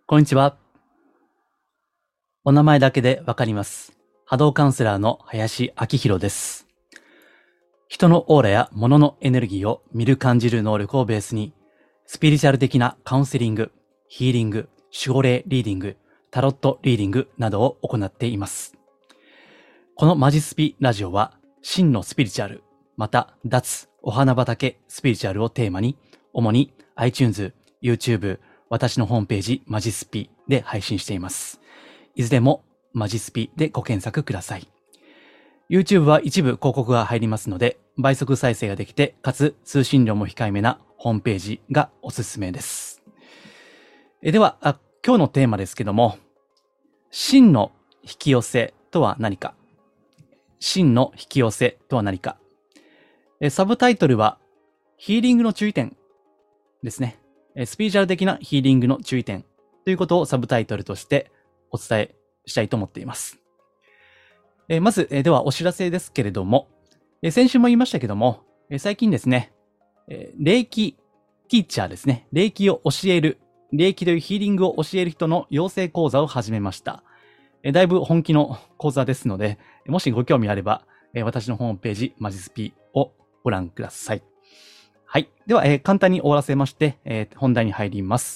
こんにちは。お名前だけでわかります。波動カウンセラーの林明宏です。人のオーラや物のエネルギーを見る感じる能力をベースに、スピリチュアル的なカウンセリング、ヒーリング、守護霊リーディング、タロットリーディングなどを行っています。このマジスピラジオは、真のスピリチュアル、また脱お花畑スピリチュアルをテーマに、主に iTunes、YouTube、私のホームページマジスピで配信しています。いずれもマジスピでご検索ください。YouTube は一部広告が入りますので、倍速再生ができて、かつ通信量も控えめなホームページがおすすめです。では、今日のテーマですけども、真の引き寄せとは何か。真の引き寄せとは何か。サブタイトルは、ヒーリングの注意点ですね。スピリチュアル的なヒーリングの注意点ということをサブタイトルとしてお伝えしたいと思っています。まず、ではお知らせですけれども、先週も言いましたけども、最近ですね、霊気ティーチャーですね、霊気を教える、霊気というヒーリングを教える人の養成講座を始めました。だいぶ本気の講座ですので、もしご興味あれば、私のホームページマジスピをご覧ください。はい。では、簡単に終わらせまして、本題に入ります。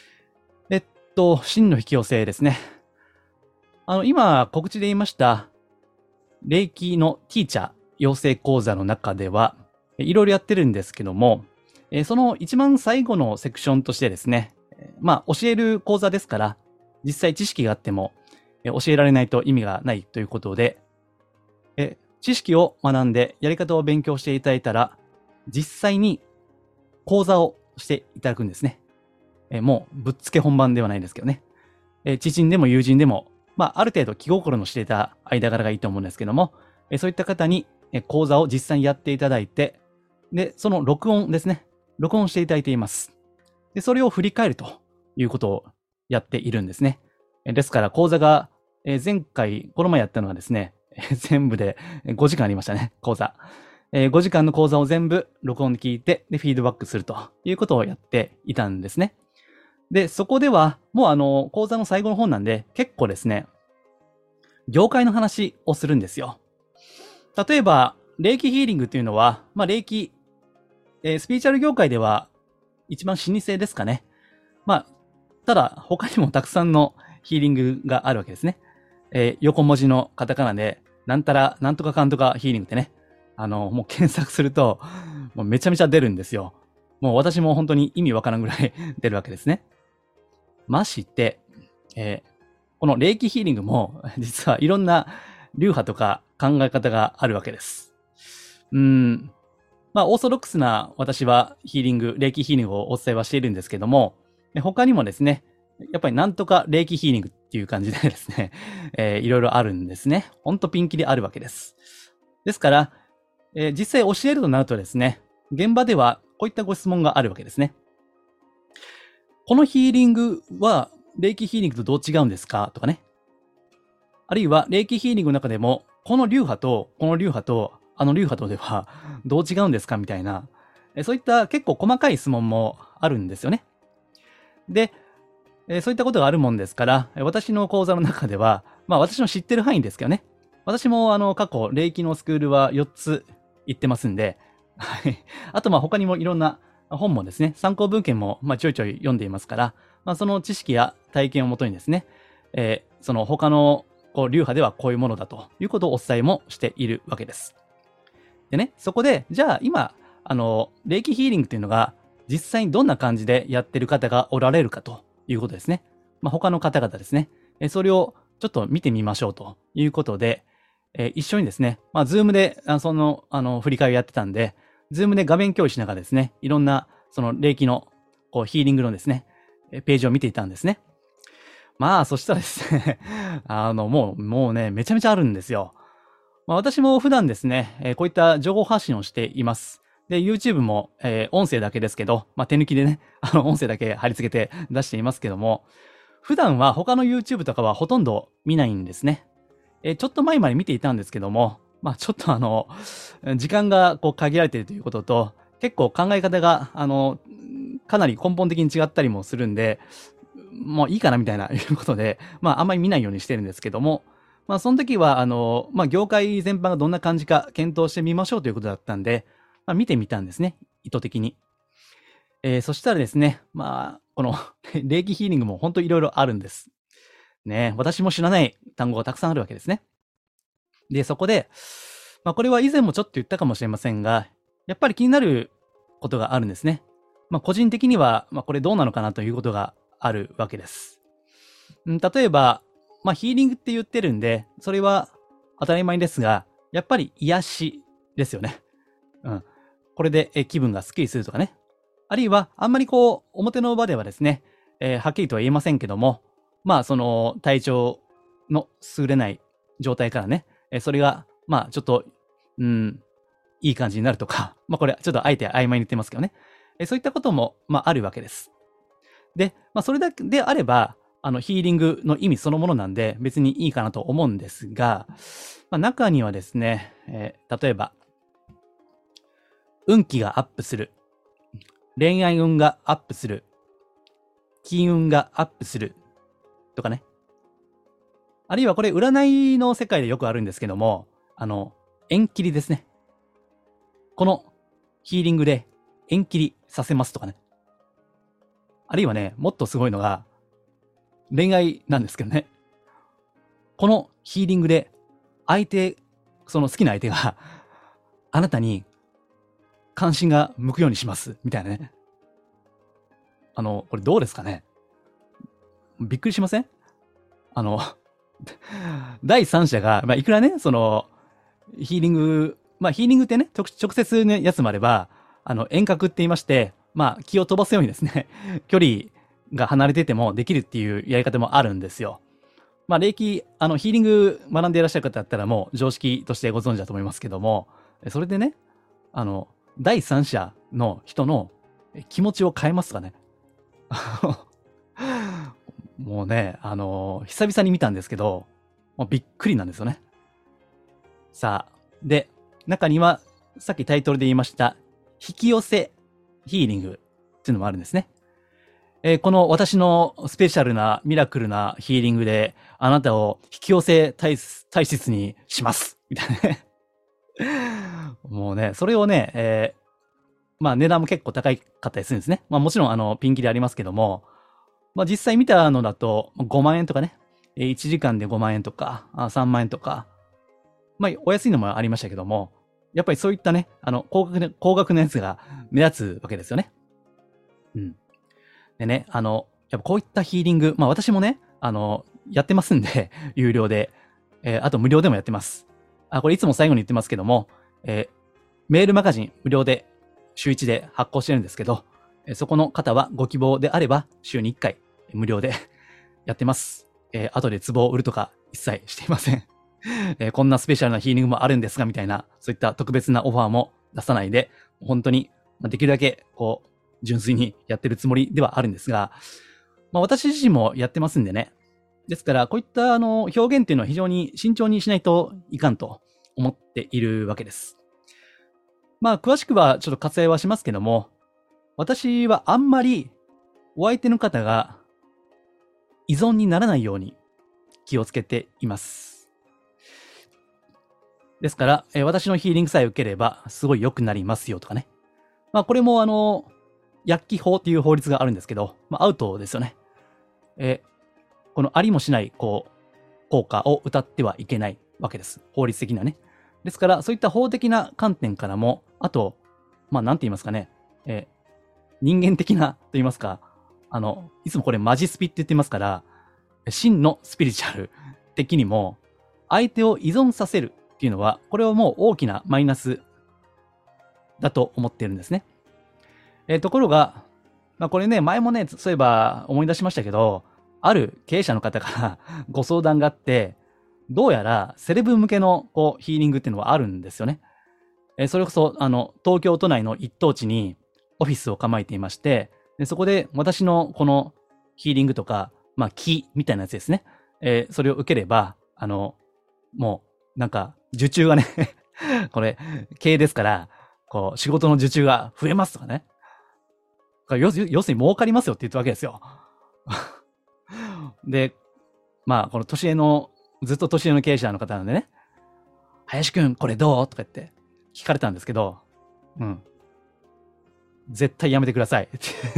真の引き寄せですね。今、告知で言いました、霊気のティーチャー養成講座の中では、いろいろやってるんですけども、その一番最後のセクションとしてですね、教える講座ですから、実際知識があっても、教えられないと意味がないということで、知識を学んでやり方を勉強していただいたら、実際に講座をしていただくんですね。もうぶっつけ本番ではないですけどね。知人でも友人でも、ある程度気心の知れた間柄がいいと思うんですけども、そういった方に講座を実際にやっていただいて、で、その録音ですね。録音していただいています。で、それを振り返るということをやっているんですね。ですから講座が、前回、この前やったのはですね、全部で5時間ありましたね、講座。5時間の講座を全部録音で聞いて、で、フィードバックするということをやっていたんですね。で、そこでは、もう講座の最後の方なんで、結構ですね、業界の話をするんですよ。例えば、霊気ヒーリングっていうのは、霊気、スピリチュアル業界では一番老舗ですかね。ただ、他にもたくさんのヒーリングがあるわけですね。横文字のカタカナで、なんたら、なんとかかんとかヒーリングってね、もう検索すると、もうめちゃめちゃ出るんですよ。もう私も本当に意味わからんぐらい出るわけですね。まして、この霊気ヒーリングも、実はいろんな流派とか考え方があるわけです。オーソドックスな私はヒーリング、霊気ヒーリングをお伝えはしているんですけども、他にもですね、やっぱりなんとか霊気ヒーリングっていう感じでですね、いろいろあるんですね。ほんとピンキリあるわけです。ですから、実際教えるとなるとですね、現場ではこういったご質問があるわけですね。このヒーリングは霊気ヒーリングとどう違うんですかとかね。あるいは霊気ヒーリングの中でも、この流派とこの流派とあの流派とではどう違うんですかみたいな、そういった結構細かい質問もあるんですよね。で、そういったことがあるもんですから、私の講座の中では、私の知ってる範囲ですけどね。私も過去、霊気のスクールは4つ行ってますんで、はい。あと他にもいろんな本もですね、参考文献もちょいちょい読んでいますから、その知識や体験をもとにですね、その他の流派ではこういうものだということをお伝えもしているわけです。でね、そこで、じゃあ今、霊気ヒーリングというのが実際にどんな感じでやってる方がおられるかということですね。他の方々ですね。それをちょっと見てみましょうということで、一緒にですね、ズームで、振り返りをやってたんで、ズームで画面共有しながらですね、いろんな、その霊気の、ヒーリングのですね、ページを見ていたんですね。そしたらですね、もうね、めちゃめちゃあるんですよ。私も普段ですね、こういった情報発信をしています。で、YouTube も、音声だけですけど、手抜きでね、音声だけ貼り付けて出していますけども、普段は他の YouTube とかはほとんど見ないんですね。ちょっと前まで見ていたんですけども、ちょっと時間が限られているということと、結構考え方が、かなり根本的に違ったりもするんで、 もういいかなみたいないうことで、まああんまり見ないようにしてるんですけども、まあその時はまあ業界全般がどんな感じか検討してみましょうということだったんで、まあ見てみたんですね。意図的に。そしたらですね、まあ、この霊気ヒーリングも本当いろいろあるんです。ね、私も知らない単語がたくさんあるわけですね。で、そこで、まあこれは以前もちょっと言ったかもしれませんが、やっぱり気になることがあるんですね。まあ個人的には、まあこれどうなのかなということがあるわけです。例えば、まあヒーリングって言ってるんで、それは当たり前ですが、やっぱり癒しですよね。うん。これで気分がスッキリするとかね。あるいは、あんまりこう、表の場ではですね、はっきりとは言えませんけども、まあ、その、体調の優れない状態からね、それが、まあ、ちょっと、いい感じになるとか、まあ、これ、ちょっとあえて曖昧に言ってますけどね。そういったことも、まあ、あるわけです。で、まあ、それだけであれば、ヒーリングの意味そのものなんで、別にいいかなと思うんですが、まあ、中にはですね、例えば、運気がアップする。恋愛運がアップする。金運がアップする。とかね。あるいはこれ占いの世界でよくあるんですけども、縁切りですね。このヒーリングで縁切りさせますとかね。あるいはね、もっとすごいのが、恋愛なんですけどね。このヒーリングでその好きな相手があなたに関心が向くようにします。みたいなね。これどうですかね。びっくりしません？第三者が、まあ、いくらね、その、ヒーリング、まあ、ヒーリングってね、直接のやつもあれば、遠隔って言いまして、まあ、気を飛ばすようにですね、距離が離れててもできるっていうやり方もあるんですよ。まあ、ヒーリング学んでいらっしゃる方だったらもう常識としてご存知だと思いますけども、それでね、第三者の人の気持ちを変えますかね。もうね、久々に見たんですけど、もうびっくりなんですよね。さあ、で、中には、さっきタイトルで言いました、引き寄せヒーリングっていうのもあるんですね。この私のスペシャルなミラクルなヒーリングで、あなたを引き寄せ体質にします。みたいなね。もうね、それをね、まあ値段も結構高かったりするんですね。まあもちろんピンキリありますけども、まあ実際見たのだと5万円とかね、1時間で5万円とか、3万円とか、まあお安いのもありましたけども、やっぱりそういったね、高額なやつが目立つわけですよね。うん。でね、やっぱこういったヒーリング、まあ私もね、やってますんで、有料で、あと無料でもやってます。これいつも最後に言ってますけども、メールマガジン無料で週1で発行してるんですけど、そこの方はご希望であれば週に1回無料でやってます。後で壺を売るとか一切していません。こんなスペシャルなヒーリングもあるんですが、みたいな、そういった特別なオファーも出さないで、本当にできるだけこう、純粋にやってるつもりではあるんですが、まあ私自身もやってますんでね。ですから、こういった表現っていうのは非常に慎重にしないといかんと思っているわけです。まあ詳しくはちょっと割愛はしますけども、私はあんまりお相手の方が依存にならないように気をつけています。ですから、私のヒーリングさえ受ければすごい良くなりますよとかね。まあこれも薬機法っていう法律があるんですけど、まあアウトですよね。このありもしない、こう、効果を謳ってはいけないわけです。法律的なね。ですから、そういった法的な観点からも、あと、まあなんて言いますかね。人間的なと言いますか、いつもこれマジスピって言ってますから、真のスピリチュアル的にも、相手を依存させるっていうのは、これはもう大きなマイナスだと思っているんですね。ところが、まあこれね、前もね、そういえば思い出しましたけど、ある経営者の方からご相談があって、どうやらセレブ向けのこうヒーリングっていうのはあるんですよね。それこそ、東京都内の一等地にオフィスを構えていまして、でそこで私のこのヒーリングとか、まあ、気みたいなやつですね。それを受ければ、もう、なんか、受注がねこれ、経営ですから、こう、仕事の受注が増えますとかね。要するに儲かりますよって言ったわけですよ。 で、まあ、このずっと年上の経営者の方なんでね、林くん、これどうとか言って聞かれたんですけど、絶対やめてください。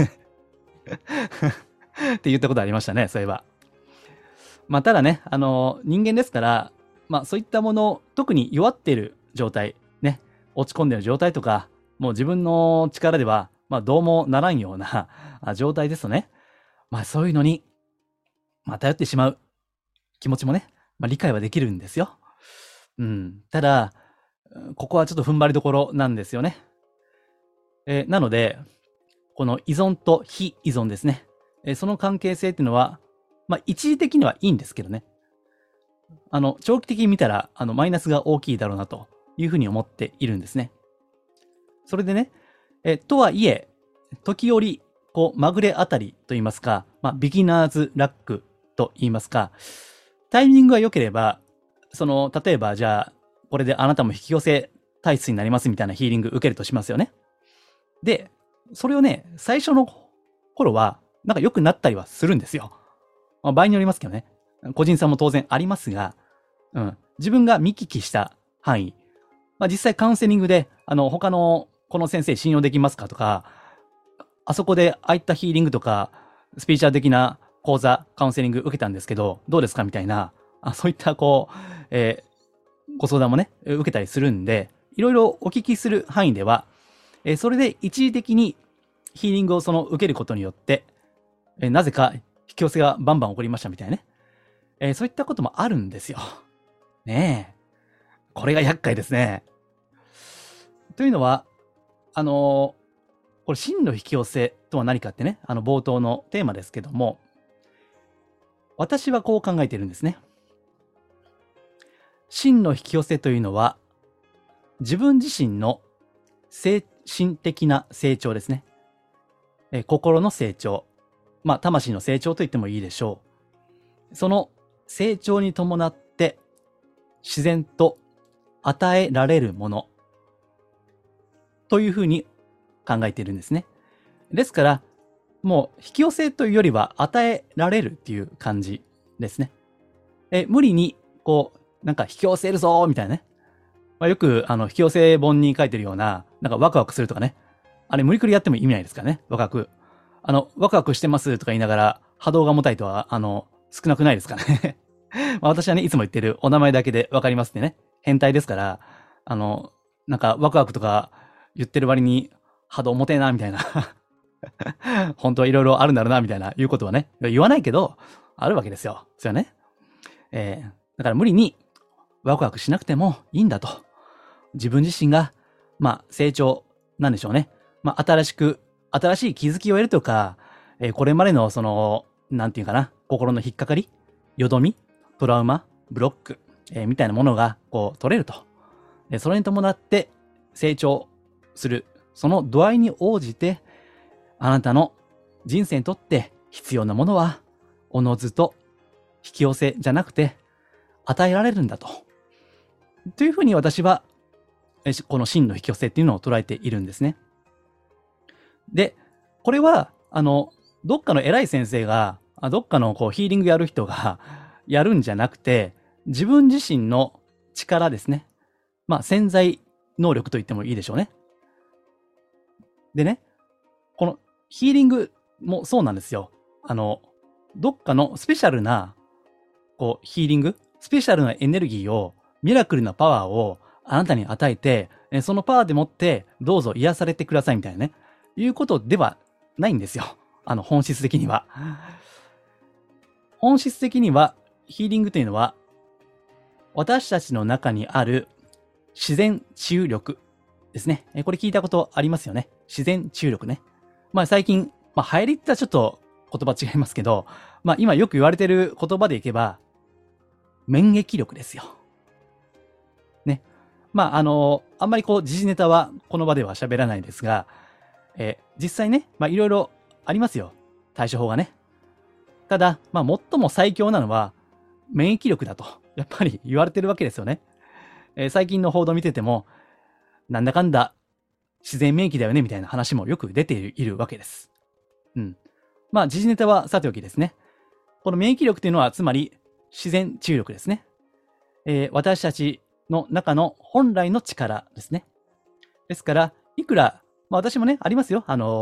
って言ったことありましたね、そういえば。まあ、ただね、人間ですから、まあ、そういったもの、特に弱っている状態、ね、落ち込んでいる状態とか、もう自分の力では、まあ、どうもならんような状態ですとね、まあ、そういうのに、まあ、頼ってしまう気持ちもね、まあ、理解はできるんですよ。ただ、ここはちょっと踏ん張りどころなんですよね。なので、この依存と非依存ですね。その関係性っていうのは、まあ、一時的にはいいんですけどね。長期的に見たら、マイナスが大きいだろうなというふうに思っているんですね。それでね、とはいえ、時折、まぐれあたりと言いますか、まあ、ビギナーズラックと言いますか、タイミングが良ければ、例えばじゃあ、これであなたも引き寄せ体質になりますみたいなヒーリング受けるとしますよね。で、それをね、最初の頃は、なんか良くなったりはするんですよ。まあ、場合によりますけどね。個人差も当然ありますが、自分が見聞きした範囲、まあ、実際カウンセリングで、他のこの先生信用できますかとか、あそこでああいったヒーリングとか、スピーチャー的な講座、カウンセリング受けたんですけど、どうですかみたいな、そういったご相談もね、受けたりするんで、いろいろお聞きする範囲では、それで一時的にヒーリングを受けることによって、なぜか引き寄せがバンバン起こりましたみたいなね。そういったこともあるんですよ。ねえ。これが厄介ですね。というのは、これ真の引き寄せとは何かってね、冒頭のテーマですけども、私はこう考えているんですね。真の引き寄せというのは、自分自身の精神的な成長ですね。心の成長。まあ、魂の成長と言ってもいいでしょう。その成長に伴って自然と与えられるものというふうに考えているんですね。ですから、もう引き寄せというよりは与えられるっていう感じですね。無理に、なんか引き寄せるぞみたいなね。まあ、よく、引き寄せ本に書いてるような、なんかワクワクするとかね。あれ無理くりやっても意味ないですからね、ワクワク。ワクワクしてますとか言いながら、波動が重たいとは、少なくないですからね。まあ、私はね、いつも言ってるお名前だけでわかりますってね。変態ですから、なんかワクワクとか言ってる割に波動重てえな、みたいな。本当はいろいろあるんだろうな、みたいな、いうことはね、言わないけど、あるわけですよ。それはね。だから無理にワクワクしなくてもいいんだと。自分自身が、まあ、成長なんでしょうね。まあ、新しい気づきを得るとか、これまでのなんていうかな、心の引っかかり、よどみ、トラウマ、ブロック、みたいなものが、取れると。それに伴って成長する。その度合いに応じて、あなたの人生にとって必要なものは、おのずと引き寄せじゃなくて、与えられるんだと。というふうに私は、この真の引き寄せっていうのを捉えているんですね。で、これは、どっかの偉い先生が、どっかのヒーリングやる人がやるんじゃなくて、自分自身の力ですね。まあ、潜在能力と言ってもいいでしょうね。でね、このヒーリングもそうなんですよ。どっかのスペシャルな、ヒーリング、スペシャルなエネルギーを、ミラクルなパワーをあなたに与えて、そのパワーでもってどうぞ癒されてくださいみたいなね、いうことではないんですよ。本質的には。本質的には、ヒーリングというのは、私たちの中にある自然治癒力ですね。これ聞いたことありますよね。自然治癒力ね。まあ最近、まあ流行りってちょっと言葉違いますけど、まあ今よく言われてる言葉でいけば、免疫力ですよ。ね。まああんまり時事ネタはこの場では喋らないですが、実際ね、まあいろいろありますよ。対処法がね。ただ、まあ最も最強なのは免疫力だと、やっぱり言われてるわけですよね。最近の報道見てても、なんだかんだ自然免疫だよねみたいな話もよく出ているわけです。まあ時事ネタはさておきですね。 この免疫力というのは、つまり自然治癒力ですね。私たちの中の本来の力ですね。ですから、いくら、私もね、ありますよ。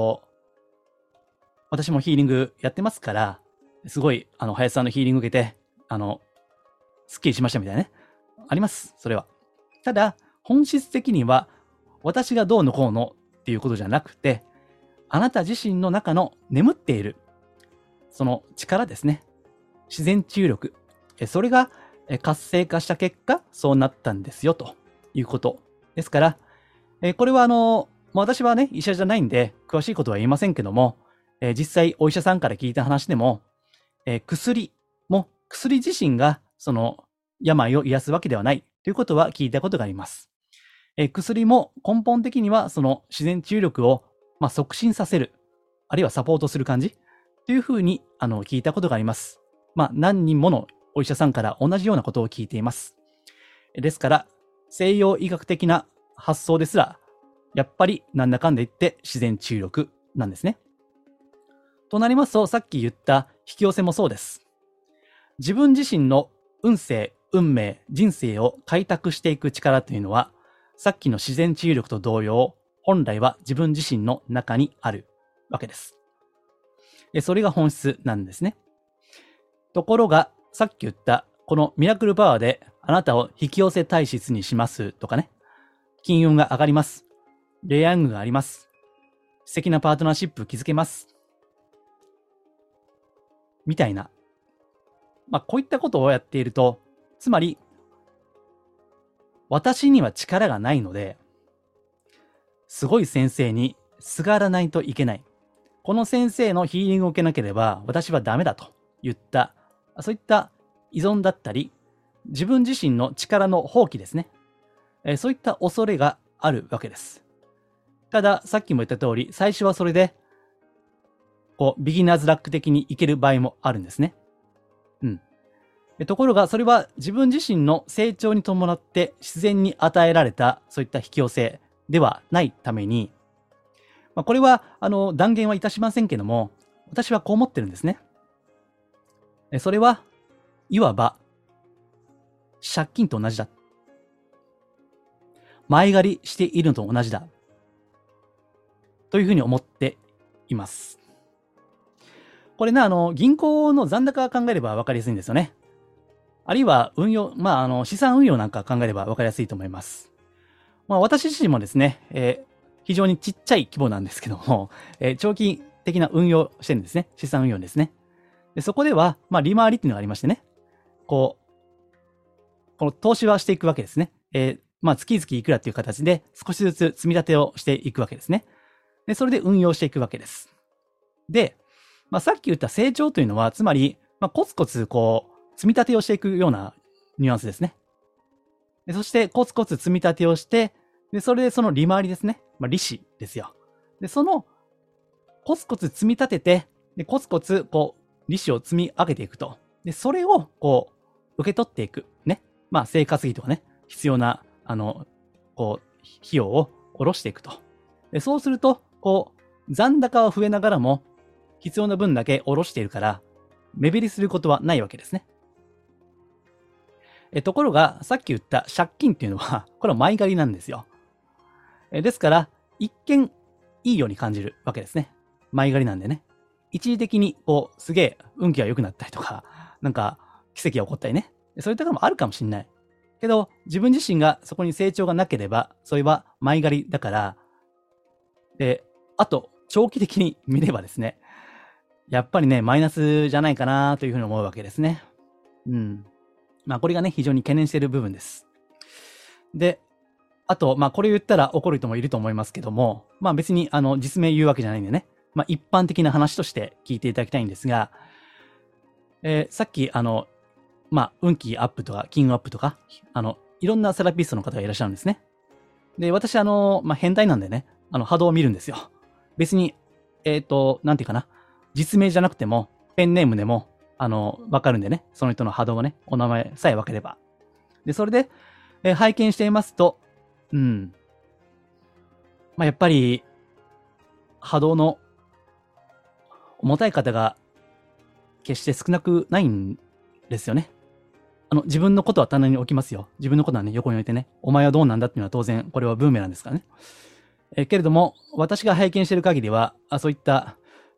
私もヒーリングやってますから、すごい、林さんのヒーリング受けて、スッキリしましたみたいなね。あります。それは。ただ、本質的には、私がどうのこうのっていうことじゃなくて、あなた自身の中の眠っている、その力ですね。自然治癒力。それが活性化した結果、そうなったんですよ、ということですから、これは私はね、医者じゃないんで、詳しいことは言いませんけども、実際お医者さんから聞いた話でも、薬自身がその病を癒すわけではないということは聞いたことがあります。薬も根本的にはその自然治癒力を促進させる、あるいはサポートする感じというふうに聞いたことがあります。何人ものお医者さんから同じようなことを聞いています。ですから、西洋医学的な発想ですら、やっぱりなんだかんだ言って自然治癒力なんですね。となりますと、さっき言った引き寄せもそうです。自分自身の運勢、運命、人生を開拓していく力というのは、さっきの自然治癒力と同様、本来は自分自身の中にあるわけです。それが本質なんですね。ところが、さっき言った、このミラクルパワーであなたを引き寄せ体質にしますとかね、金運が上がります。恋愛運があります。素敵なパートナーシップを築けます。みたいな。こういったことをやっていると、つまり、私には力がないので、すごい先生にすがらないといけない。この先生のヒーリングを受けなければ私はダメだと言った、そういった依存だったり、自分自身の力の放棄ですね。そういった恐れがあるわけです。ただ、さっきも言った通り、最初はそれで、ビギナーズラック的にいける場合もあるんですね。ところが、それは自分自身の成長に伴って自然に与えられた、そういった引き寄せではないために、これは、断言はいたしませんけども、私はこう思ってるんですね。それは、いわば、借金と同じだ。前借りしているのと同じだ。というふうに思っています。これね、銀行の残高考えれば分かりやすいんですよね。あるいは運用、資産運用なんか考えれば分かりやすいと思います。私自身もですね、非常にちっちゃい規模なんですけども、長期的な運用してるんですね。資産運用ですね。でそこでは、利回りっていうのがありましてね、この投資はしていくわけですね。月々いくらっていう形で少しずつ積み立てをしていくわけですね。で、それで運用していくわけです。で、さっき言った成長というのは、つまり、コツコツ積み立てをしていくようなニュアンスですね。でそして、コツコツ積み立てをして、で、それでその利回りですね。利子ですよ。で、その、コツコツ積み立てて、で、コツコツ、利子を積み上げていくと。で、それを、受け取っていく。ね。生活費とかね、必要な、費用を下ろしていくと。で、そうすると、残高は増えながらも、必要な分だけ下ろしているから、目減りすることはないわけですね。ところが、さっき言った借金っていうのは、これは前借りなんですよ。ですから、一見いいように感じるわけですね。前借りなんでね。一時的に、すげえ運気が良くなったりとか、なんか奇跡が起こったりね。そういったこともあるかもしれない。けど、自分自身がそこに成長がなければ、それは前借りだから、あと、長期的に見ればですね、やっぱりね、マイナスじゃないかなというふうに思うわけですね。これがね、非常に懸念している部分です。で、あと、これ言ったら怒る人もいると思いますけども、別に、実名言うわけじゃないんでね、一般的な話として聞いていただきたいんですが、さっき、運気アップとか、金運アップとか、いろんなセラピストの方がいらっしゃるんですね。で、私、変態なんでね、波動を見るんですよ。別に、なんていうかな、実名じゃなくても、ペンネームでも、わかるんでね、その人の波動をね、お名前さえわかれば。で、それで、拝見していますと、やっぱり、波動の重たい方が決して少なくないんですよね。自分のことは棚に置きますよ。自分のことはね、横に置いてね、お前はどうなんだっていうのは当然、これはブーメランですからね。けれども、私が拝見している限りは、そういった、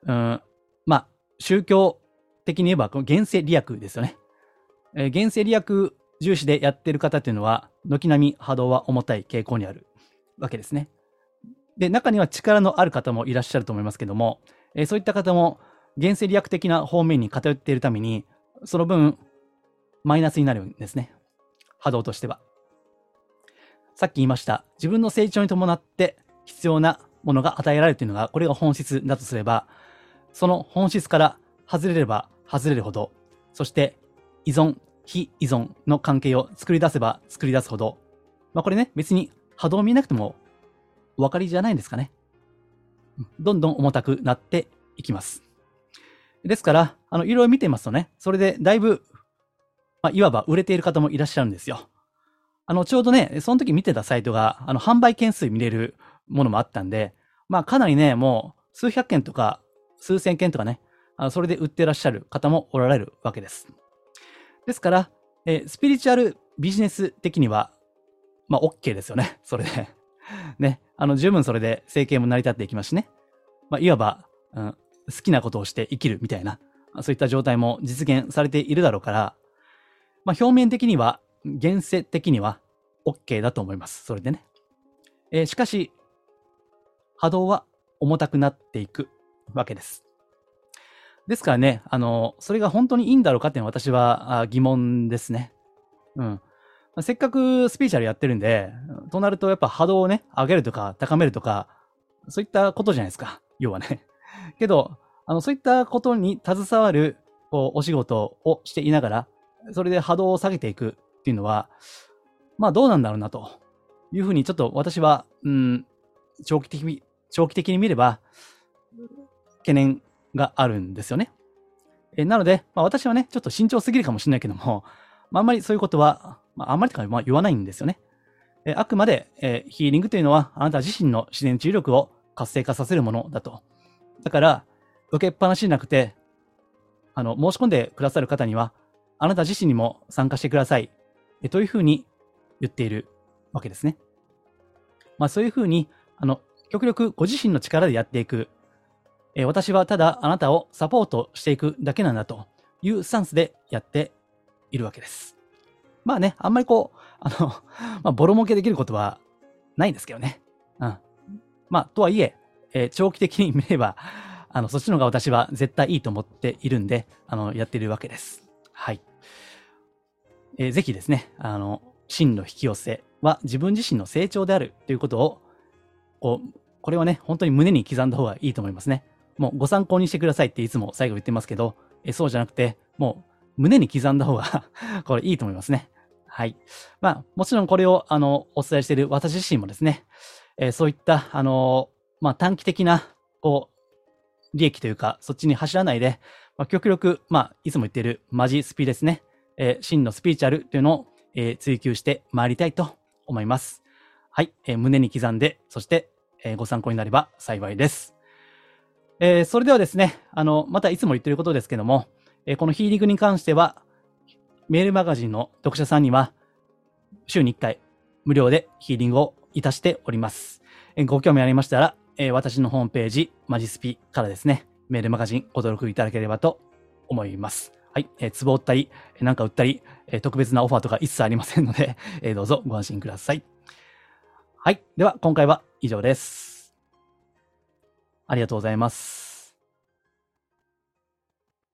宗教的に言えば、この現世利益ですよね。現世利益重視でやっている方っていうのは、軒並み波動は重たい傾向にあるわけですね。で、中には力のある方もいらっしゃると思いますけども、そういった方も、現世利益的な方面に偏っているために、その分、マイナスになるんですね。波動としては。さっき言いました。自分の成長に伴って必要なものが与えられるというのが、これが本質だとすれば、その本質から外れれば外れるほど、そして依存、非依存の関係を作り出せば作り出すほど、これね、別に波動を見なくてもお分かりじゃないんですかね。どんどん重たくなっていきます。ですから、いろいろ見てますとね、それでだいぶいわば売れている方もいらっしゃるんですよ。ちょうどね、その時見てたサイトが、販売件数見れるものもあったんで、かなりね、もう、数百件とか、数千件とかね、それで売ってらっしゃる方もおられるわけです。ですから、スピリチュアルビジネス的には、OK ですよね、それで。ね、十分それで生計も成り立っていきますしね。いわば、好きなことをして生きるみたいな、そういった状態も実現されているだろうから、表面的には、現世的には OK だと思います。それでね。しかし、波動は重たくなっていくわけです。ですからね、それが本当にいいんだろうかっていうのは私は疑問ですね。せっかくスピーチャルやってるんで、となるとやっぱ波動をね、上げるとか高めるとか、そういったことじゃないですか。要はね。けど、そういったことに携わる、お仕事をしていながら、それで波動を下げていくっていうのは、どうなんだろうなというふうにちょっと私は、長期的に見れば懸念があるんですよね。なので、私はね、ちょっと慎重すぎるかもしれないけども、あんまりそういうことは、あんまりとか言わないんですよね。あくまで、ヒーリングというのはあなた自身の自然治癒力を活性化させるものだと。だから、受けっぱなしじゃなくて、申し込んでくださる方には、あなた自身にも参加してください。というふうに言っているわけですね。そういうふうに、極力ご自身の力でやっていく。私はただあなたをサポートしていくだけなんだというスタンスでやっているわけです。あんまりボロ儲けできることはないですけどね。とはいえ、長期的に見れば、そっちの方が私は絶対いいと思っているんで、やっているわけです。はい。ぜひですね、真の引き寄せは自分自身の成長であるということを、これはね、本当に胸に刻んだ方がいいと思いますね。もうご参考にしてくださいっていつも最後言ってますけど、そうじゃなくて、もう胸に刻んだ方がこれいいと思いますね。はい。もちろんこれを、お伝えしている私自身もですね、そういった、短期的な、利益というか、そっちに走らないで、極力、いつも言っているマジスピですね。真のスピリチュアルというのを、追求してまいりたいと思います。はい。胸に刻んで、そして、ご参考になれば幸いです。それではですね、またいつも言っていることですけども、このヒーリングに関しては、メールマガジンの読者さんには、週に1回、無料でヒーリングをいたしております。ご興味ありましたら、私のホームページ、マジスピからですね、メールマガジンご登録いただければと思います。はい。壺を売ったり、なんか売ったり、特別なオファーとか一切ありませんので、どうぞご安心ください。はい。では、今回は以上です。ありがとうございます。